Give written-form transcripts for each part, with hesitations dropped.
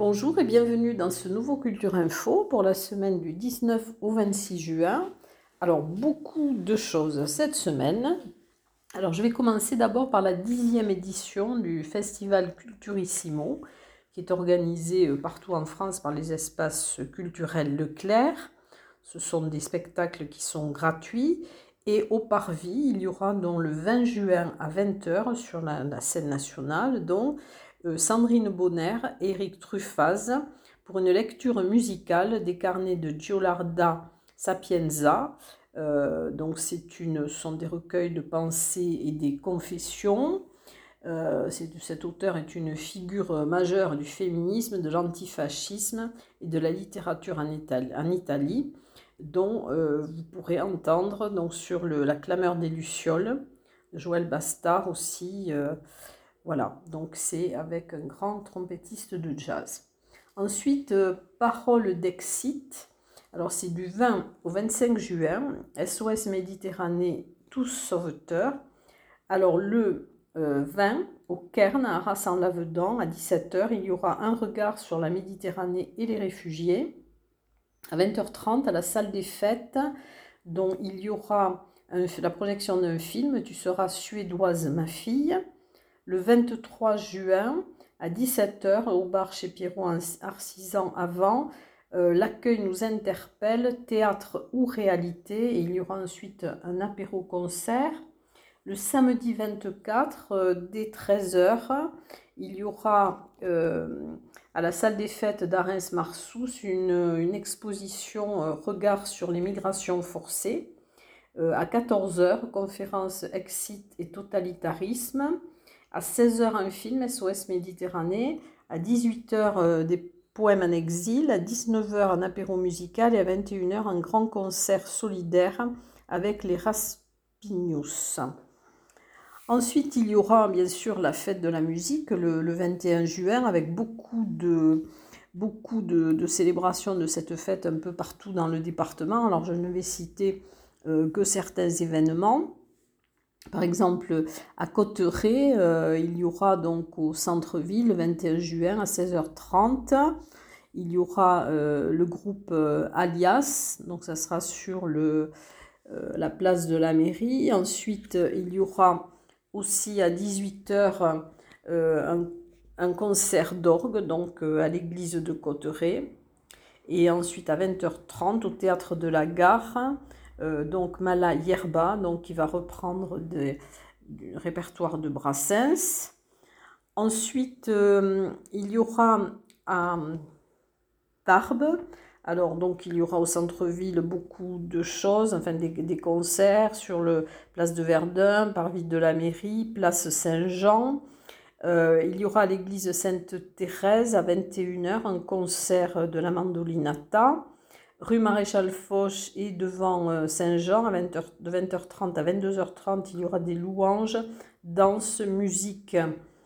Bonjour et bienvenue dans ce nouveau Culture Info pour la semaine du 19 au 26 juin. Alors, beaucoup de choses cette semaine. Alors, je vais commencer d'abord par la 10e édition du Festival Culturissimo, qui est organisé partout en France par les espaces culturels Leclerc. Ce sont des spectacles qui sont gratuits. Et au Parvis, il y aura donc le 20 juin à 20h sur la scène nationale, donc Sandrine Bonner et Eric Truffaz pour une lecture musicale des carnets de Giolanda Sapienza. Donc ce sont des recueils de pensées et des confessions. Cet auteur est une figure majeure du féminisme, de l'antifascisme et de la littérature en Italie, dont vous pourrez entendre donc, sur La clameur des Lucioles, de Joël Bastard aussi. Voilà, donc c'est avec un grand trompettiste de jazz. Ensuite, Parole d'Exit. Alors c'est du 20 au 25 juin, SOS Méditerranée, tous sauveteurs. Alors le 20, au Cairn, à Arras-en-Lavedan, à 17h, il y aura un regard sur la Méditerranée et les réfugiés. À 20h30, à la salle des fêtes, dont il y aura la projection d'un film, Tu seras suédoise, ma fille. Le 23 juin, à 17h, au bar chez Pierrot Arcisan avant, l'accueil nous interpelle, théâtre ou réalité, et il y aura ensuite un apéro-concert. Le samedi 24, dès 13h, il y aura à la salle des fêtes d'Arens-Marsous une exposition Regard sur les migrations forcées. À 14h, conférence Exit et totalitarisme. À 16h, un film, SOS Méditerranée. À 18h, des poèmes en exil. À 19h, un apéro musical. Et à 21h, un grand concert solidaire avec les Raspignous. Ensuite, il y aura bien sûr la fête de la musique le 21 juin avec beaucoup de célébrations de cette fête un peu partout dans le département. Alors, je ne vais citer que certains événements. Par exemple, à Cotteret, il y aura donc au centre-ville le 21 juin à 16h30. Il y aura le groupe Alias, donc ça sera sur la place de la mairie. Ensuite, il y aura aussi à 18h un concert d'orgue donc à l'église de Cotteret. Et ensuite à 20h30 au théâtre de la Gare, donc Mala Yerba, donc qui va reprendre du répertoire de Brassens. Ensuite, il y aura à Tarbes, alors donc il y aura au centre-ville beaucoup de choses, enfin des concerts sur le place de Verdun, parvis de la mairie, place Saint-Jean. Il y aura à l'église Sainte-Thérèse à 21h un concert de la Mandolinata. Rue Maréchal Foch et devant Saint-Jean, de 20h30 à 22h30, il y aura des louanges, danse, musique.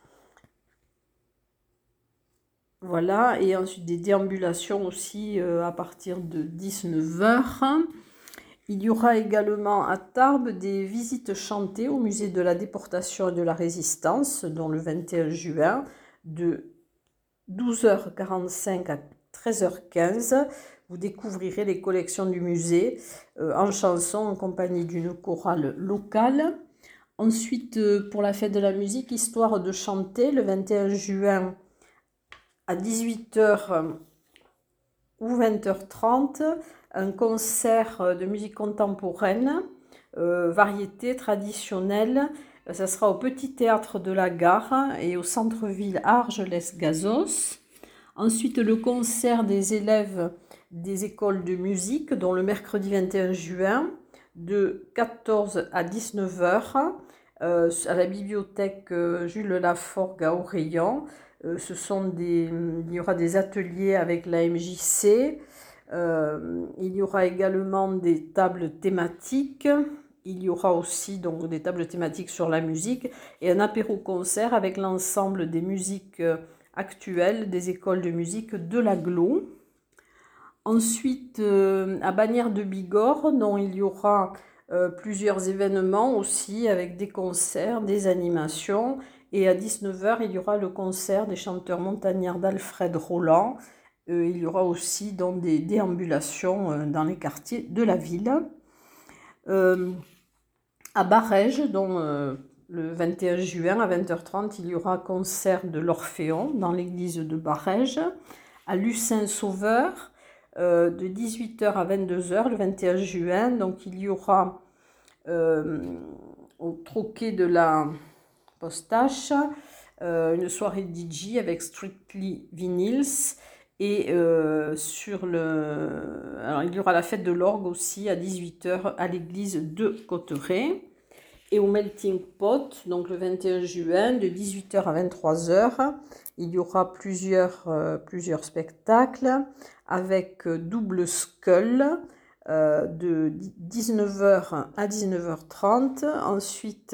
Voilà, et ensuite des déambulations aussi à partir de 19h. Il y aura également à Tarbes des visites chantées au musée de la déportation et de la résistance, dont le 21 juin, de 12h45 à 13h15. Vous découvrirez les collections du musée en chansons en compagnie d'une chorale locale. Ensuite, pour la fête de la musique, Histoire de chanter, le 21 juin à 18h ou 20h30, un concert de musique contemporaine, variété traditionnelle. Ça sera au Petit Théâtre de la Gare et au centre-ville Argelès-Gazos. Ensuite, le concert des élèves des écoles de musique, dont le mercredi 21 juin, de 14 à 19h, à la bibliothèque Jules Laforgue à Aureilhan. Il y aura des ateliers avec la MJC. Il y aura également des tables thématiques. Il y aura aussi donc des tables thématiques sur la musique et un apéro-concert avec l'ensemble des musiques actuelles des écoles de musique de l'Agglo. Ensuite, à Bagnères de Bigorre, dont il y aura plusieurs événements aussi avec des concerts, des animations Et à 19 h, il y aura le concert des chanteurs montagnards d'Alfred Roland. Il y aura aussi donc des déambulations dans les quartiers de la ville. À Barège, dont le 21 juin à 20 h 30, il y aura un concert de l'Orphéon dans l'église de Barège. À Lucin-Sauveur, de 18 h à 22 h, le 21 juin, donc il y aura au Troquet de la Postache une soirée DJ avec Strictly Vinyls. Et alors, il y aura la fête de l'orgue aussi à 18 h à l'église de Cotteret. Et au Melting Pot, donc le 21 juin, de 18 h à 23 h, il y aura plusieurs spectacles avec Double Skull de 19 h à 19 h 30. Ensuite,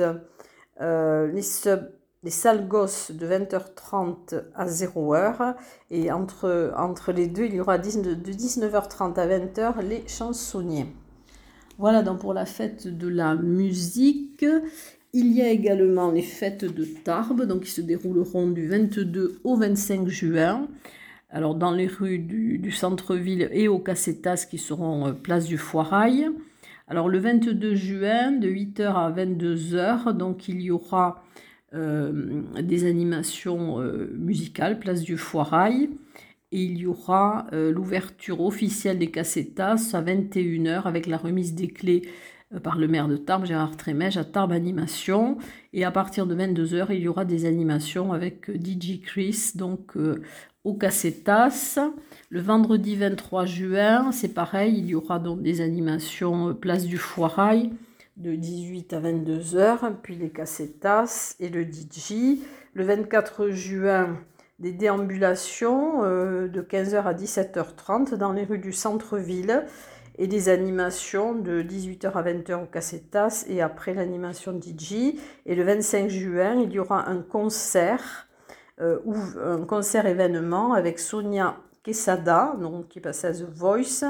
les Sales Gosses de 20 h 30 à 0 h. Et entre les deux, il y aura de 19 h 30 à 20 h les chansonniers. Voilà donc pour la fête de la musique. Il y a également les fêtes de Tarbes, donc qui se dérouleront du 22 au 25 juin. Alors dans les rues du centre-ville et au Cassetas qui seront place du Foirail. Alors le 22 juin, de 8 h à 22 h, donc il y aura des animations musicales, place du Foirail. Et il y aura l'ouverture officielle des Cassetas à 21 h avec la remise des clés par le maire de Tarbes, Gérard Trémège, à Tarbes Animation. Et à partir de 22 h, il y aura des animations avec DJ Chris, donc au Cassetas. Le vendredi 23 juin, c'est pareil, il y aura donc des animations place du Foirail de 18 à 22 h, puis les Cassetas et le DJ. Le 24 juin, des déambulations de 15 h à 17 h 30 dans les rues du centre-ville et des animations de 18 h à 20 h au Cassetas et après l'animation DJ. Et le 25 juin, il y aura un concert événement avec Sonia Quesada, donc, qui passe à The Voice,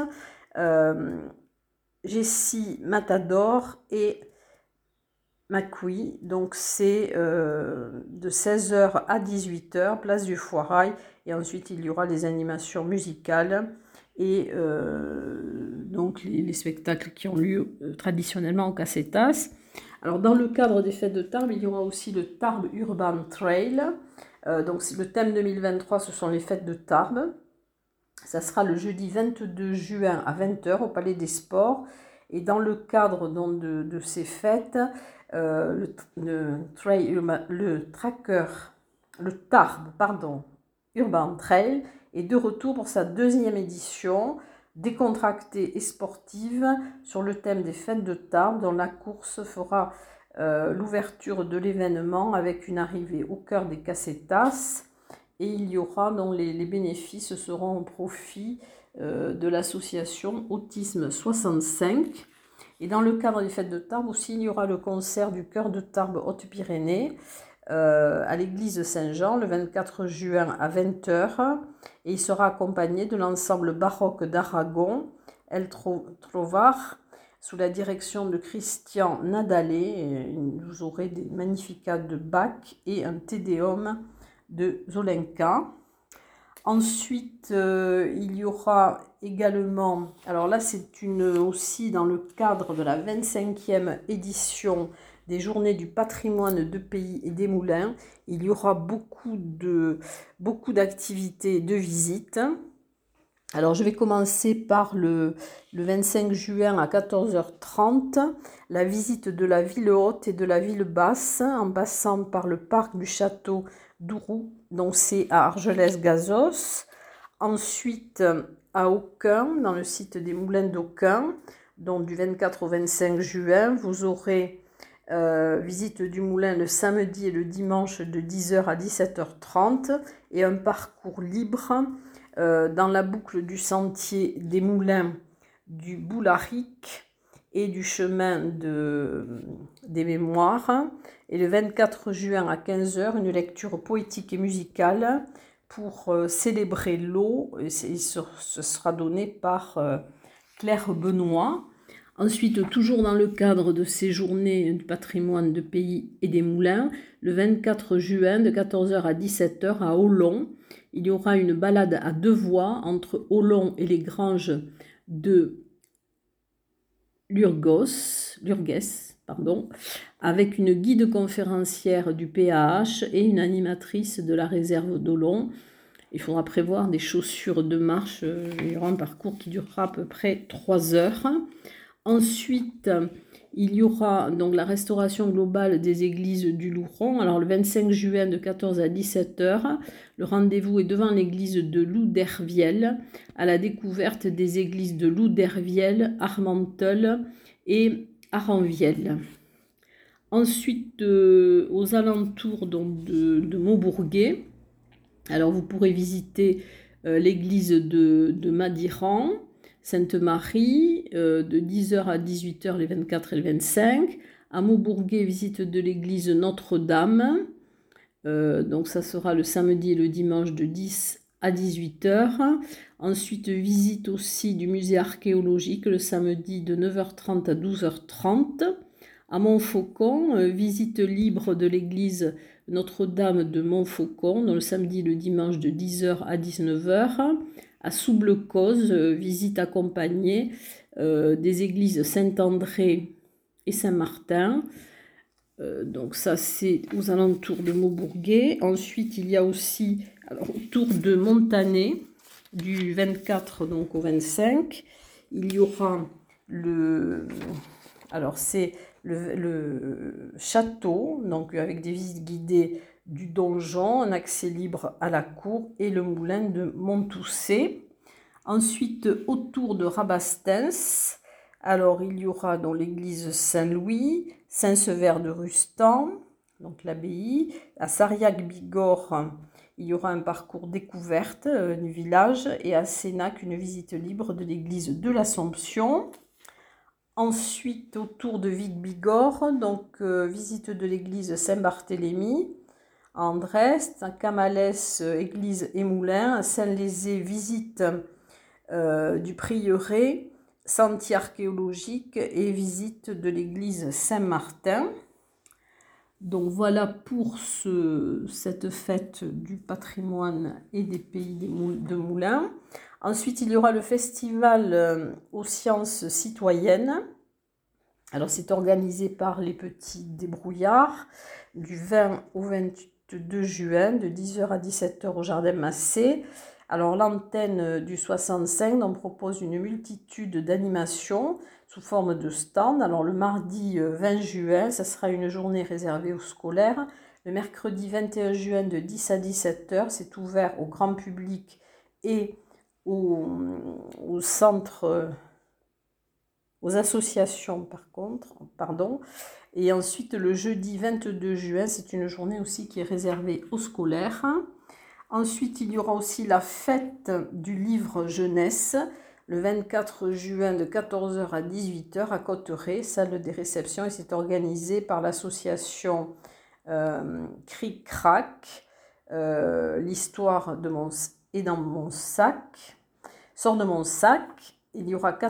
Jessie Matador et Macui, donc c'est de 16 h à 18 h, place du Foirail, et ensuite il y aura les animations musicales et donc les spectacles qui ont lieu traditionnellement au Cassetas. Alors dans le cadre des fêtes de Tarbes, il y aura aussi le Tarbes Urban Trail. Donc le thème 2023, ce sont les fêtes de Tarbes. Ça sera le jeudi 22 juin à 20 h au Palais des Sports. Et dans le cadre donc, de ces fêtes, le Tarbes Urban Trail est de retour pour sa deuxième édition, décontractée et sportive, sur le thème des fêtes de Tarbes, dont la course fera l'ouverture de l'événement avec une arrivée au cœur des Cassetas. Et il y aura, donc les bénéfices seront au profit de l'association Autisme 65. Et dans le cadre des fêtes de Tarbes aussi, il y aura le concert du chœur de Tarbes Haute-Pyrénées à l'église Saint-Jean le 24 juin à 20 h. Et il sera accompagné de l'ensemble baroque d'Aragon, El Trovar, sous la direction de Christian Nadalé. Vous aurez des Magnificats de Bach et un Te Deum de Zolenka. Ensuite, il y aura également, alors là c'est aussi dans le cadre de la 25e édition des Journées du patrimoine de Pays et des Moulins, il y aura beaucoup d'activités de visite. Alors je vais commencer par le 25 juin à 14 h 30, la visite de la ville haute et de la ville basse, en passant par le parc du château d'Ourou, donc c'est à Argelès-Gazos. Ensuite à Aucun, dans le site des Moulins d'Aucun, donc du 24 au 25 juin, vous aurez visite du moulin le samedi et le dimanche de 10 h à 17 h 30 et un parcours libre dans la boucle du sentier des Moulins du Boularic et du chemin des Mémoires. Et le 24 juin à 15 h, une lecture poétique et musicale pour célébrer l'eau. Ce sera donné par Claire Benoît. Ensuite, toujours dans le cadre de ces journées du patrimoine de pays et des moulins, le 24 juin de 14h à 17h à Olon, il y aura une balade à deux voies entre Olon et les granges de Lurges, avec une guide conférencière du PAH et une animatrice de la réserve d'Olon. Il faudra prévoir des chaussures de marche. Il y aura un parcours qui durera à peu près 3 heures. Ensuite, il y aura donc la restauration globale des églises du Louron. Alors le 25 juin de 14 à 17 heures, le rendez-vous est devant l'église de Loudervielle à la découverte des églises de Loudervielle, Armenteul et Aranvielle. Ensuite, aux alentours donc, de Maubourguet, alors vous pourrez visiter l'église de Madiran, Sainte-Marie, de 10h à 18h les 24 et les 25. À Maubourguet, visite de l'église Notre-Dame. Donc ça sera le samedi et le dimanche de 10 à 18h. Ensuite, visite aussi du musée archéologique le samedi de 9h30 à 12h30. À Montfaucon, visite libre de l'église Notre-Dame de Montfaucon, le samedi et le dimanche de 10h à 19h. À Soublecoz, visite accompagnée des églises Saint-André et Saint-Martin. Donc ça, c'est aux alentours de Maubourguet. Ensuite, il y a aussi, autour de Montané, du 24 donc, au 25, il y aura c'est le château, donc avec des visites guidées du donjon, un accès libre à la cour et le moulin de Montoussé. Ensuite, autour de Rabastens, alors il y aura dans l'église Saint-Louis, Saint-Sever de Rustan, donc l'abbaye. À Sariac-Bigorre, il y aura un parcours découverte du village, et à Sénac, une visite libre de l'église de l'Assomption. Ensuite, autour de Vic-Bigorre, donc visite de l'église Saint-Barthélemy. À Andrest, à Camalès, église et moulin. À Saint-Lézé, visite du prieuré, sentier archéologique et visite de l'église Saint-Martin. Donc voilà pour cette fête du patrimoine et des pays de Moulins. Ensuite, il y aura le festival aux sciences citoyennes. Alors, c'est organisé par les petits débrouillards du 20 au 22 juin, de 10h à 17h au Jardin Massé. Alors, l'antenne du 65 en propose une multitude d'animations sous forme de stand. Alors, le mardi 20 juin, ça sera une journée réservée aux scolaires. Le mercredi 21 juin, de 10 à 17h, c'est ouvert au grand public et aux centres, aux associations pardon. Et ensuite, le jeudi 22 juin, c'est une journée aussi qui est réservée aux scolaires. Ensuite, il y aura aussi la fête du livre jeunesse, le 24 juin de 14h à 18h à Cotteret, salle des réceptions, et c'est organisé par l'association Cric-Crac, l'histoire est dans mon sac, sort de mon sac. Il y aura à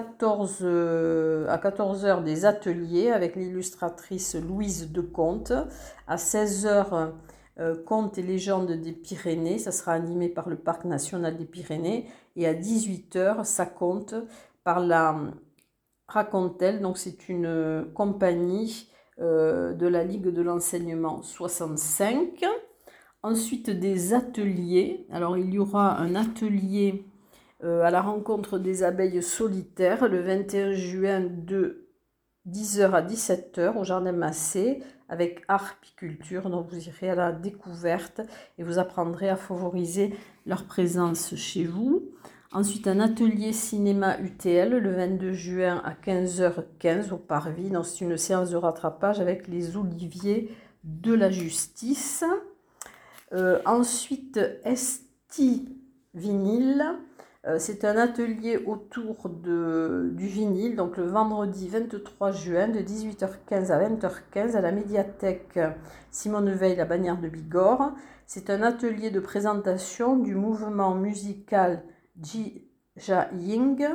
14h des ateliers avec l'illustratrice Louise Decomte. À 16h, Contes et légendes des Pyrénées, ça sera animé par le Parc national des Pyrénées. Et à 18h, ça compte par la Racontel, donc c'est une compagnie de la Ligue de l'enseignement 65. Ensuite, des ateliers. Alors, il y aura un atelier à la rencontre des abeilles solitaires le 21 juin de 10h à 17h au Jardin Massé avec arpiculture. Donc, vous irez à la découverte et vous apprendrez à favoriser leur présence chez vous. Ensuite, un atelier cinéma UTL le 22 juin à 15h15 au Parvis. Donc, c'est une séance de rattrapage avec les Oliviers de la Justice. Ensuite, Esti Vinyle. C'est un atelier autour du vinyle, donc le vendredi 23 juin de 18h15 à 20h15 à la médiathèque Simone Veil, la Bannière de Bigorre. C'est un atelier de présentation du mouvement musical Ji Ja Ying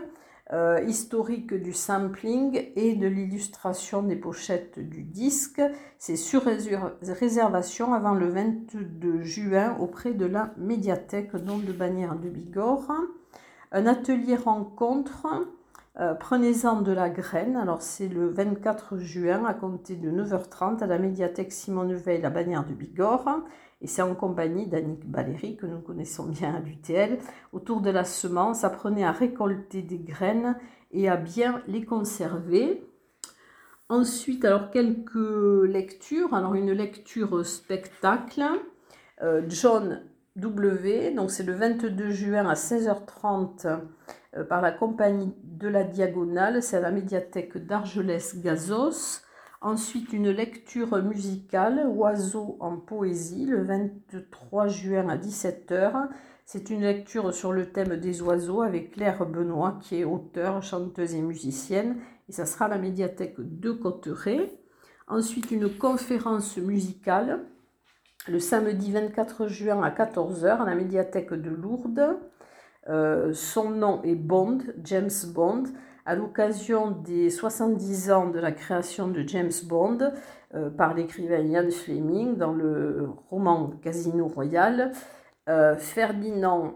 historique du sampling et de l'illustration des pochettes du disque. C'est sur réservation avant le 22 juin auprès de la médiathèque de Bagnères de Bigorre. Un atelier rencontre, prenez-en de la graine. Alors c'est le 24 juin à compter de 9h30 à la médiathèque Simone Veil à Bagnères de Bigorre. Et c'est en compagnie d'Annick Baléry, que nous connaissons bien à l'UTL. Autour de la semence, apprenez à récolter des graines et à bien les conserver. Ensuite, alors quelques lectures. Alors une lecture spectacle. John W. Donc c'est le 22 juin à 16h30 par la compagnie de la Diagonale. C'est à la médiathèque d'Argelès-Gazos. Ensuite, une lecture musicale, Oiseaux en poésie, le 23 juin à 17h. C'est une lecture sur le thème des oiseaux avec Claire Benoît, qui est auteure, chanteuse et musicienne. Et ça sera à la médiathèque de Cotteret. Ensuite, une conférence musicale, le samedi 24 juin à 14h à la médiathèque de Lourdes. Son nom est Bond, James Bond, à l'occasion des 70 ans de la création de James Bond par l'écrivain Ian Fleming dans le roman Casino Royale. Ferdinand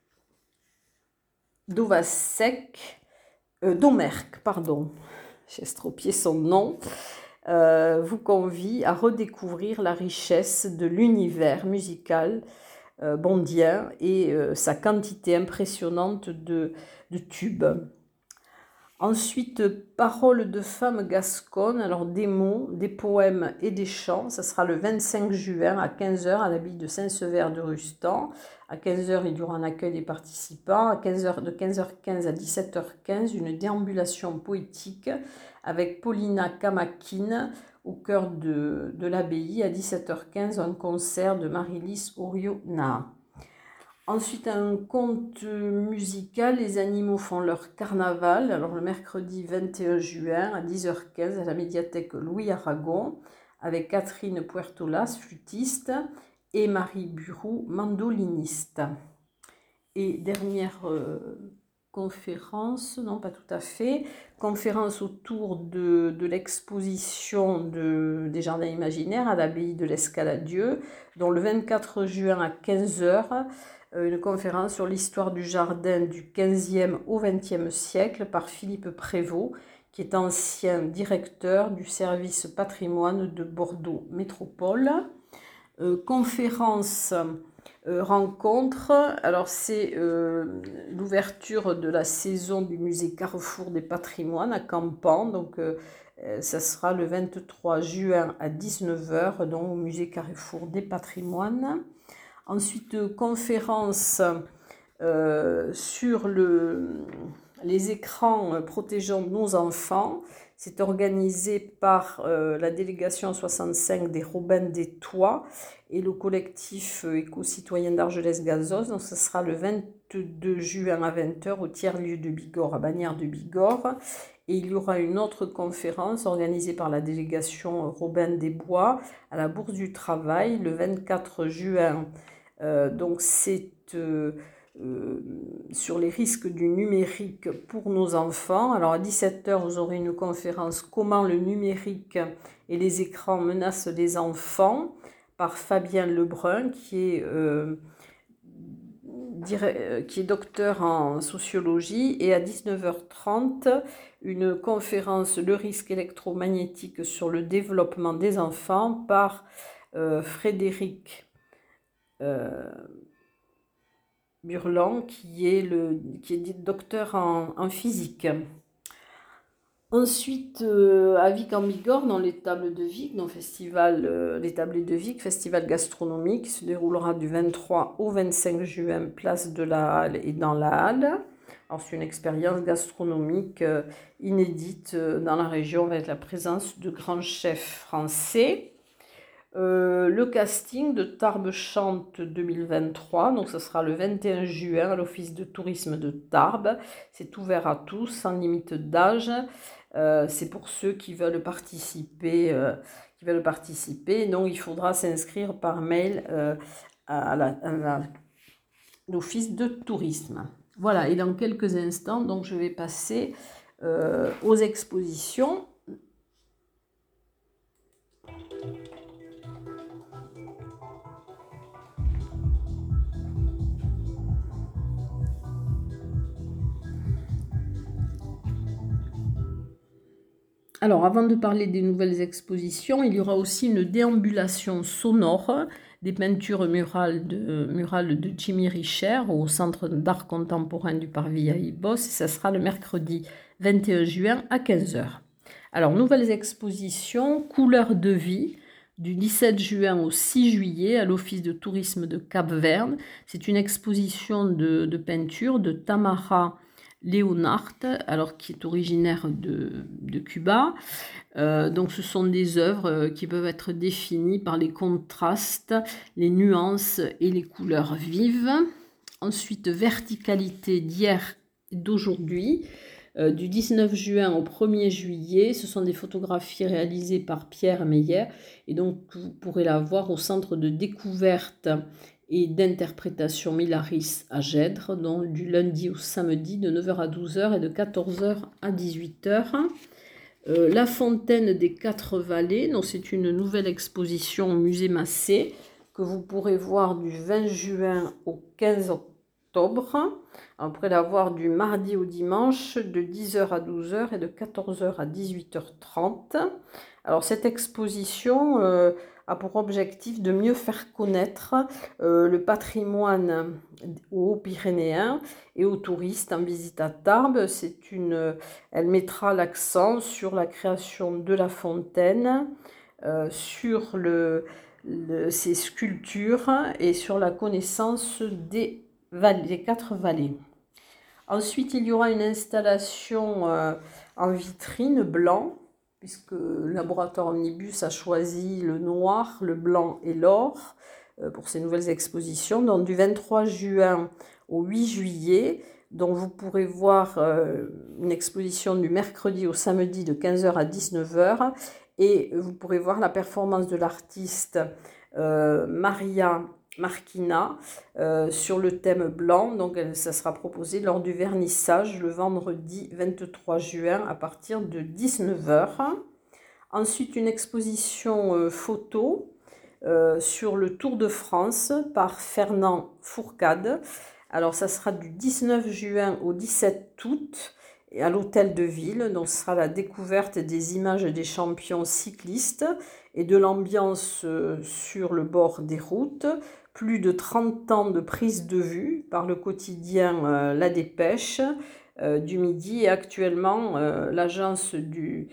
Domergue, pardon, j'ai estropié son nom, vous convie à redécouvrir la richesse de l'univers musical bondien et sa quantité impressionnante de tubes. Ensuite, paroles de femmes gasconnes, alors des mots, des poèmes et des chants. Ça sera le 25 juin à 15h à l'abbaye de Saint-Sever de Rustan. À 15h, il y aura un accueil des participants. De 15h15 à 17h15, une déambulation poétique avec Paulina Kamakine au cœur de l'abbaye. À 17h15, un concert de Marie-Lise Oriona. Ensuite, un conte musical, Les animaux font leur carnaval. Alors le mercredi 21 juin à 10h15 à la médiathèque Louis Aragon avec Catherine Puertolas, flûtiste, et Marie Buroux, mandoliniste. Et dernière conférence, non pas tout à fait, conférence autour de l'exposition des jardins imaginaires à l'abbaye de l'Escaladieu, dont le 24 juin à 15h, une conférence sur l'histoire du jardin du 15e au 20e siècle par Philippe Prévost, qui est ancien directeur du service patrimoine de Bordeaux Métropole. Conférence rencontre, alors c'est l'ouverture de la saison du musée Carrefour des Patrimoines à Campan, donc ça sera le 23 juin à 19h, donc au musée Carrefour des Patrimoines. Ensuite, conférence sur les écrans protégeant nos enfants. C'est organisé par la délégation 65 des Robins des Toits et le collectif éco-citoyen d'Argelès-Gazos. Donc, ce sera le 22 juin à 20h au tiers-lieu de Bigorre, à Bagnères de Bigorre. Et il y aura une autre conférence organisée par la délégation Robin des Bois à la Bourse du Travail le 24 juin. Donc, c'est sur les risques du numérique pour nos enfants. Alors à 17h, vous aurez une conférence Comment le numérique et les écrans menacent les enfants par Fabien Lebrun, qui est docteur en sociologie. Et à 19h30, une conférence Le risque électromagnétique sur le développement des enfants par Frédéric Burlan, qui est docteur en physique. Ensuite, à Vic-en-Bigorre, dans l'étable de Vic, dans l'étable de Vic, festival gastronomique, qui se déroulera du 23 au 25 juin, place de la Halle et dans la Halle. Alors, c'est une expérience gastronomique inédite dans la région avec la présence de grands chefs français. Le casting de Tarbes Chante 2023, donc ce sera le 21 juin à l'office de tourisme de Tarbes. C'est ouvert à tous, sans limite d'âge. C'est pour ceux qui veulent participer. Donc il faudra s'inscrire par mail à l'Office de tourisme. Voilà, et dans quelques instants, donc je vais passer aux expositions. Alors, avant de parler des nouvelles expositions, il y aura aussi une déambulation sonore des peintures murales de Jimmy Richer au Centre d'art contemporain du Parvis à Ibos. Et ça sera le mercredi 21 juin à 15 h. Alors, nouvelles expositions, Couleurs de vie, du 17 juin au 6 juillet à l'Office de tourisme de Cap-Verne. C'est une exposition de peinture de Tamara Leonhardt, alors qui est originaire de Cuba. Donc ce sont des œuvres qui peuvent être définies par les contrastes, les nuances et les couleurs vives. Ensuite, verticalité d'hier et d'aujourd'hui. Du 19 juin au 1er juillet, ce sont des photographies réalisées par Pierre Meyer. Et donc vous pourrez la voir au centre de découverte et d'interprétation Milaris à Gèdre, donc du lundi au samedi de 9 h à 12 h et de 14 h à 18 h. La fontaine des 4 vallées, donc c'est une nouvelle exposition au musée Massé que vous pourrez voir du 20 juin au 15 octobre. On pourrait la voir du mardi au dimanche de 10 h à 12 h et de 14 h à 18 h 30. Alors cette exposition a pour objectif de mieux faire connaître le patrimoine aux Hauts-Pyrénéens et aux touristes en visite à Tarbes. Elle mettra l'accent sur la création de la fontaine, sur ses sculptures et sur la connaissance des 4 vallées. Ensuite, il y aura une installation en vitrine blanc, puisque le laboratoire Omnibus a choisi le noir, le blanc et l'or pour ces nouvelles expositions. Donc du 23 juin au 8 juillet, donc vous pourrez voir une exposition du mercredi au samedi de 15 h à 19 h, et vous pourrez voir la performance de l'artiste Maria Marquina sur le thème blanc. Donc ça sera proposé lors du vernissage le vendredi 23 juin à partir de 19 h. Ensuite, une exposition photo sur le Tour de France par Fernand Fourcade. Alors ça sera du 19 juin au 17 août et à l'hôtel de ville. Donc ce sera la découverte des images des champions cyclistes et de l'ambiance sur le bord des routes. Plus de 30 ans de prise de vue par le quotidien La Dépêche du Midi. Et actuellement, l'agence du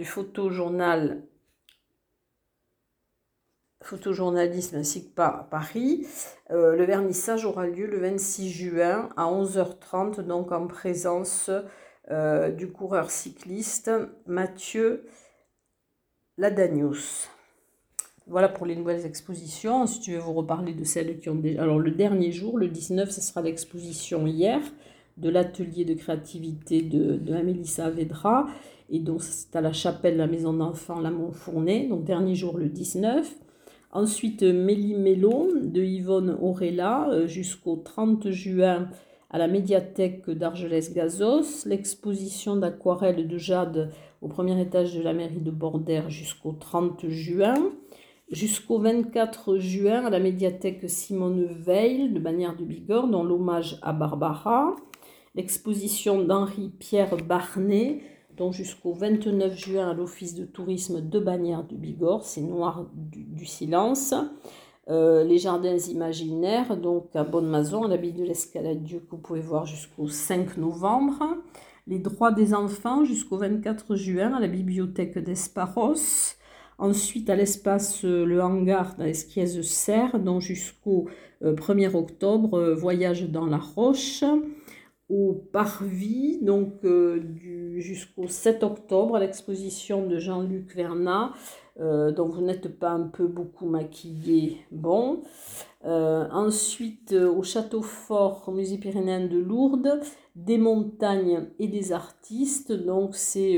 photojournalisme ainsi que par Paris. Le vernissage aura lieu le 26 juin à 11 h 30, donc en présence du coureur cycliste Mathieu Ladanius. Voilà pour les nouvelles expositions. Ensuite, je vais vous reparler de celles qui ont déjà... Alors, le dernier jour, le 19, ce sera l'exposition hier de l'atelier de créativité de Amélie Saavedra. Et donc, c'est à la chapelle, la maison d'enfants, la Montfournais. Donc, dernier jour, le 19. Ensuite, Méli-Mélo de Yvonne Aurella jusqu'au 30 juin à la médiathèque d'Argelès-Gazos. L'exposition d'aquarelles de Jade au premier étage de la mairie de Bordère jusqu'au 30 juin. Jusqu'au 24 juin à la médiathèque Simone Veil de Bagnères de Bigorre, dans l'hommage à Barbara. L'exposition d'Henri-Pierre Barnet, donc jusqu'au 29 juin à l'office de tourisme de Bagnères de Bigorre, c'est Noir du silence. Les jardins imaginaires, donc à Bonne-Maison, à l'abbaye de l'Escalade-Dieu, que vous pouvez voir jusqu'au 5 novembre. Les droits des enfants jusqu'au 24 juin à la bibliothèque d'Esparos. Ensuite, à l'espace Le Hangar dans l'Esquiez-Serre, donc jusqu'au 1er octobre, Voyage dans la Roche. Au Parvis, donc jusqu'au 7 octobre, à l'exposition de Jean-Luc Vernat. Donc vous n'êtes pas un peu beaucoup maquillé, bon. Ensuite, au Château Fort, au Musée Pyrénéen de Lourdes, des montagnes et des artistes. Donc c'est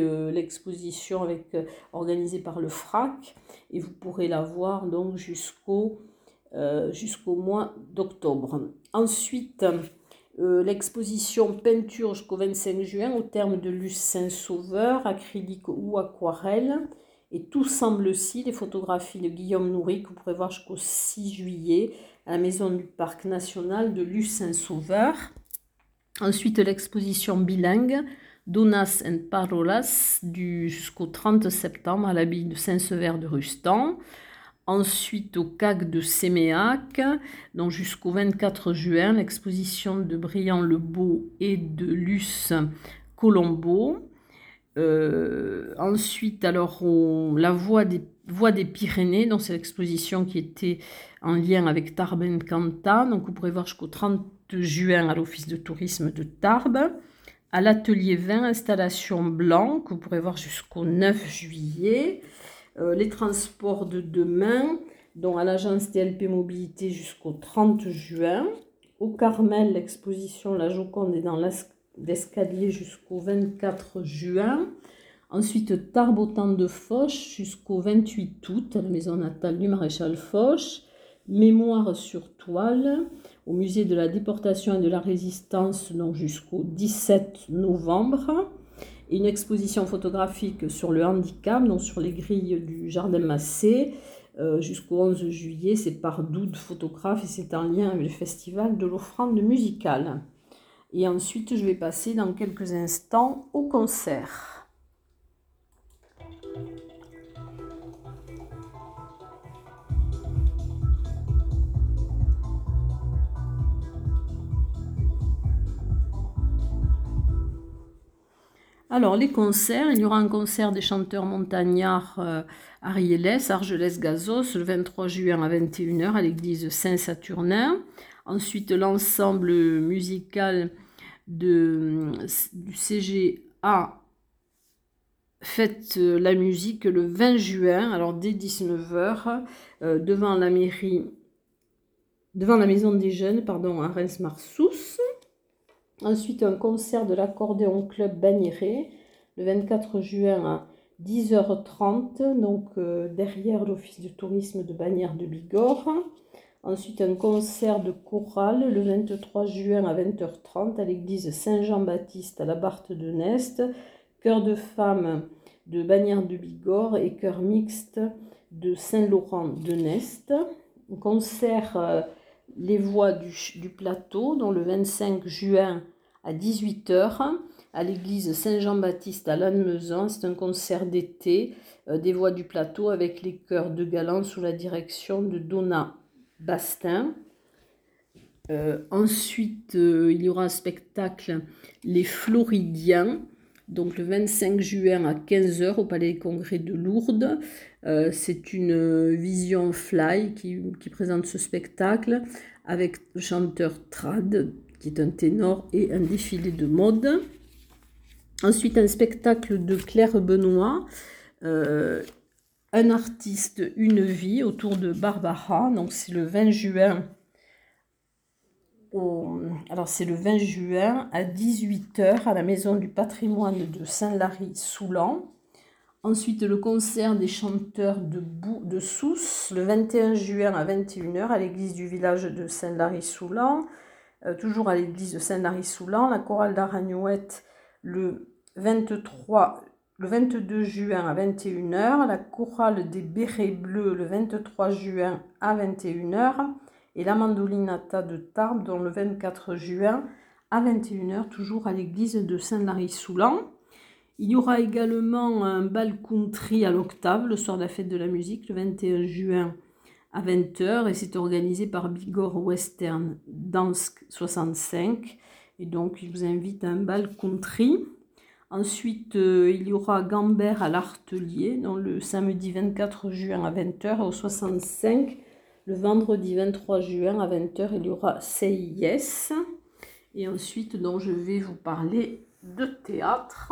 l'exposition organisée par le FRAC, et vous pourrez la voir donc jusqu'au jusqu'au mois d'octobre. Ensuite, l'exposition peinture jusqu'au 25 juin au terme de Luce Saint-Sauveur, acrylique ou aquarelle. Et tout semble-ci, les photographies de Guillaume Noury que vous pourrez voir jusqu'au 6 juillet à la maison du Parc national de Luce Saint-Sauveur. Ensuite, l'exposition bilingue Donas and Parolas jusqu'au 30 septembre à l'abbaye de Saint-Sever de Rustan. Ensuite, au CAC de Séméac, donc jusqu'au 24 juin, l'exposition de Briand-le-Beau et de Luce Colombo. Ensuite, alors, la Voie des Pyrénées, donc c'est l'exposition qui était en lien avec Tarbes et Canta. Donc, vous pourrez voir jusqu'au 30 juin à l'Office de tourisme de Tarbes. À l'atelier 20, installation blanc, que vous pourrez voir jusqu'au 9 juillet. Les transports de demain, dont à l'agence TLP Mobilité jusqu'au 30 juin. Au Carmel, l'exposition La Joconde est dans l'escalier jusqu'au 24 juin. Ensuite, Tarbes au temps de Foch jusqu'au 28 août, à la maison natale du maréchal Foch. Mémoire sur toile au musée de la déportation et de la résistance, donc jusqu'au 17 novembre. Et une exposition photographique sur le handicap, donc sur les grilles du Jardin Massé, jusqu'au 11 juillet. C'est par Doud photographe et c'est en lien avec le festival de l'offrande musicale. Et ensuite, je vais passer dans quelques instants au concert. Alors, les concerts, il y aura un concert des chanteurs montagnards Ariélès, Argelès-Gazos, le 23 juin à 21 h à l'église Saint-Saturnin. Ensuite, l'ensemble musical du CGA fête la musique le 20 juin, alors dès 19 h, devant la maison des jeunes, à Reims-Marsous. Ensuite, un concert de l'accordéon club Bagnéret, le 24 juin à 10h30, donc derrière l'office de tourisme de Bagnères de Bigorre. Ensuite, un concert de chorale le 23 juin à 20h30 à l'église Saint-Jean-Baptiste à la Barthe de Nest, chœur de femmes de Bagnères de Bigorre et chœur mixte de Saint-Laurent de Nest. Un concert Les Voix du Plateau, dont le 25 juin à 18 h à l'église Saint-Jean-Baptiste à Lannemezan. C'est un concert d'été des Voix du Plateau avec les chœurs de Galant sous la direction de Donna Bastin. Ensuite, il y aura un spectacle Les Floridiens, donc le 25 juin à 15 h au Palais des Congrès de Lourdes. C'est une vision fly qui présente ce spectacle avec le chanteur Trad, qui est un ténor, et un défilé de mode. Ensuite, un spectacle de Claire Benoît, un artiste, une vie, autour de Barbara. Donc c'est le 20 juin. C'est le 20 juin à 18 h à la Maison du patrimoine de Saint-Lary-Soulan. Ensuite, le concert des chanteurs de Sousse, le 21 juin à 21 h à l'église du village de Saint-Lary-Soulan. Toujours à l'église de Saint-Lary-Soulan. La chorale d'Aragnouette, le 22 juin à 21 h. La chorale des Bérets Bleus, le 23 juin à 21 h. Et la mandolinata de Tarbes, dont le 24 juin à 21 h, toujours à l'église de Saint-Lary-Soulan. Il y aura également un bal country à l'Octave, le soir de la fête de la musique, le 21 juin à 20 h, et c'est organisé par Bigorre Western Dance 65. Et donc, je vous invite à un bal country. Ensuite, il y aura Gambert à l'Artelier, donc le samedi 24 juin à 20 h, au 65. Le vendredi 23 juin à 20 h, il y aura Say Yes. Et ensuite, donc, je vais vous parler de théâtre.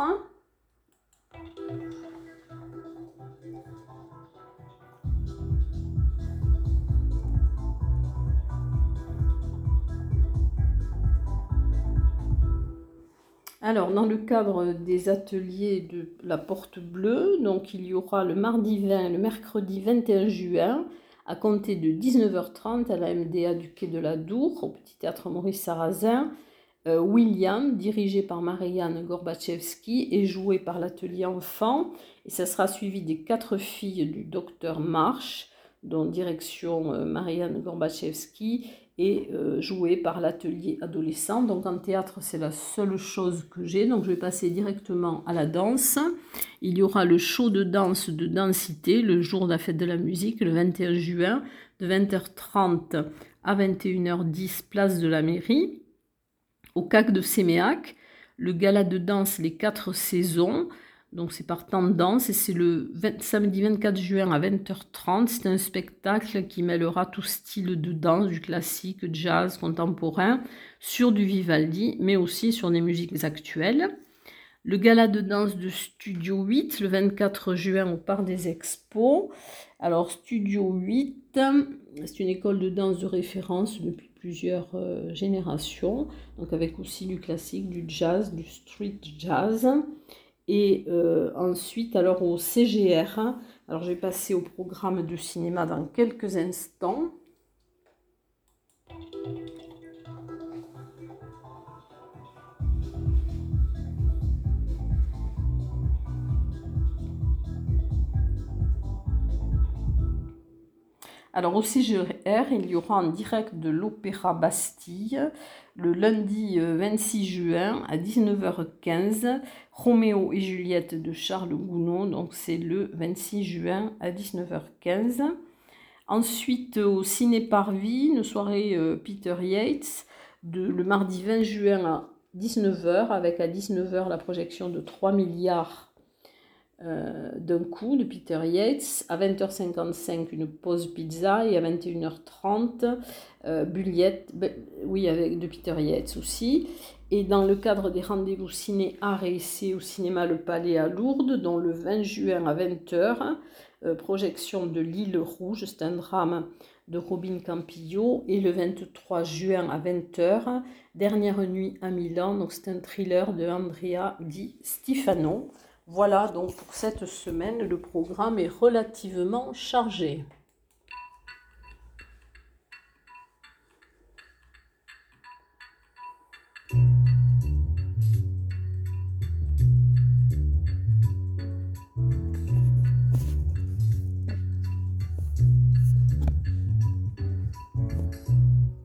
Alors, dans le cadre des ateliers de la Porte Bleue, donc il y aura le mardi 20 et le mercredi 21 juin À compter de 19h30 à la MDA du Quai de la Dour, au Petit Théâtre Maurice Sarrazin, William, dirigé par Marianne Gorbachevski et joué par l'Atelier Enfant. Et ça sera suivi des 4 filles du docteur Marsh, dont direction Marianne Gorbachevski, et joué par l'Atelier Adolescent. Donc en théâtre, c'est la seule chose que j'ai. Donc je vais passer directement à la danse. Il y aura le show de danse de Densité, le jour de la fête de la musique, le 21 juin, de 20h30 à 21h10, place de la mairie. Au CAC de Séméac, le gala de danse Les 4 saisons, donc c'est par temps de danse, et c'est le samedi 24 juin à 20h30. C'est un spectacle qui mêlera tout style de danse, du classique, jazz, contemporain, sur du Vivaldi, mais aussi sur des musiques actuelles. Le gala de danse de Studio 8, le 24 juin au Parc des Expos. Alors Studio 8, c'est une école de danse de référence depuis plusieurs générations, donc avec aussi du classique, du jazz, du street jazz. Et ensuite, alors au CGR, alors je vais passer au programme de cinéma dans quelques instants. Alors au CGR, il y aura en direct de l'Opéra Bastille le lundi 26 juin à 19h15, Roméo et Juliette de Charles Gounod, donc c'est le 26 juin à 19h15. Ensuite au Ciné Parvis, une soirée Peter Yates, le mardi 20 juin à 19h, avec à 19h la projection de 3 milliards d'un coup de Peter Yates, à 20h55 une pause pizza et à 21h30 Buliette, avec de Peter Yates aussi. Et dans le cadre des rendez-vous ciné art et essai au cinéma Le Palais à Lourdes, dont le 20 juin à 20h, projection de L'Île Rouge, c'est un drame de Robin Campillo, et le 23 juin à 20h, Dernière nuit à Milan, donc c'est un thriller de Andrea Di Stefano. Voilà, donc pour cette semaine, le programme est relativement chargé.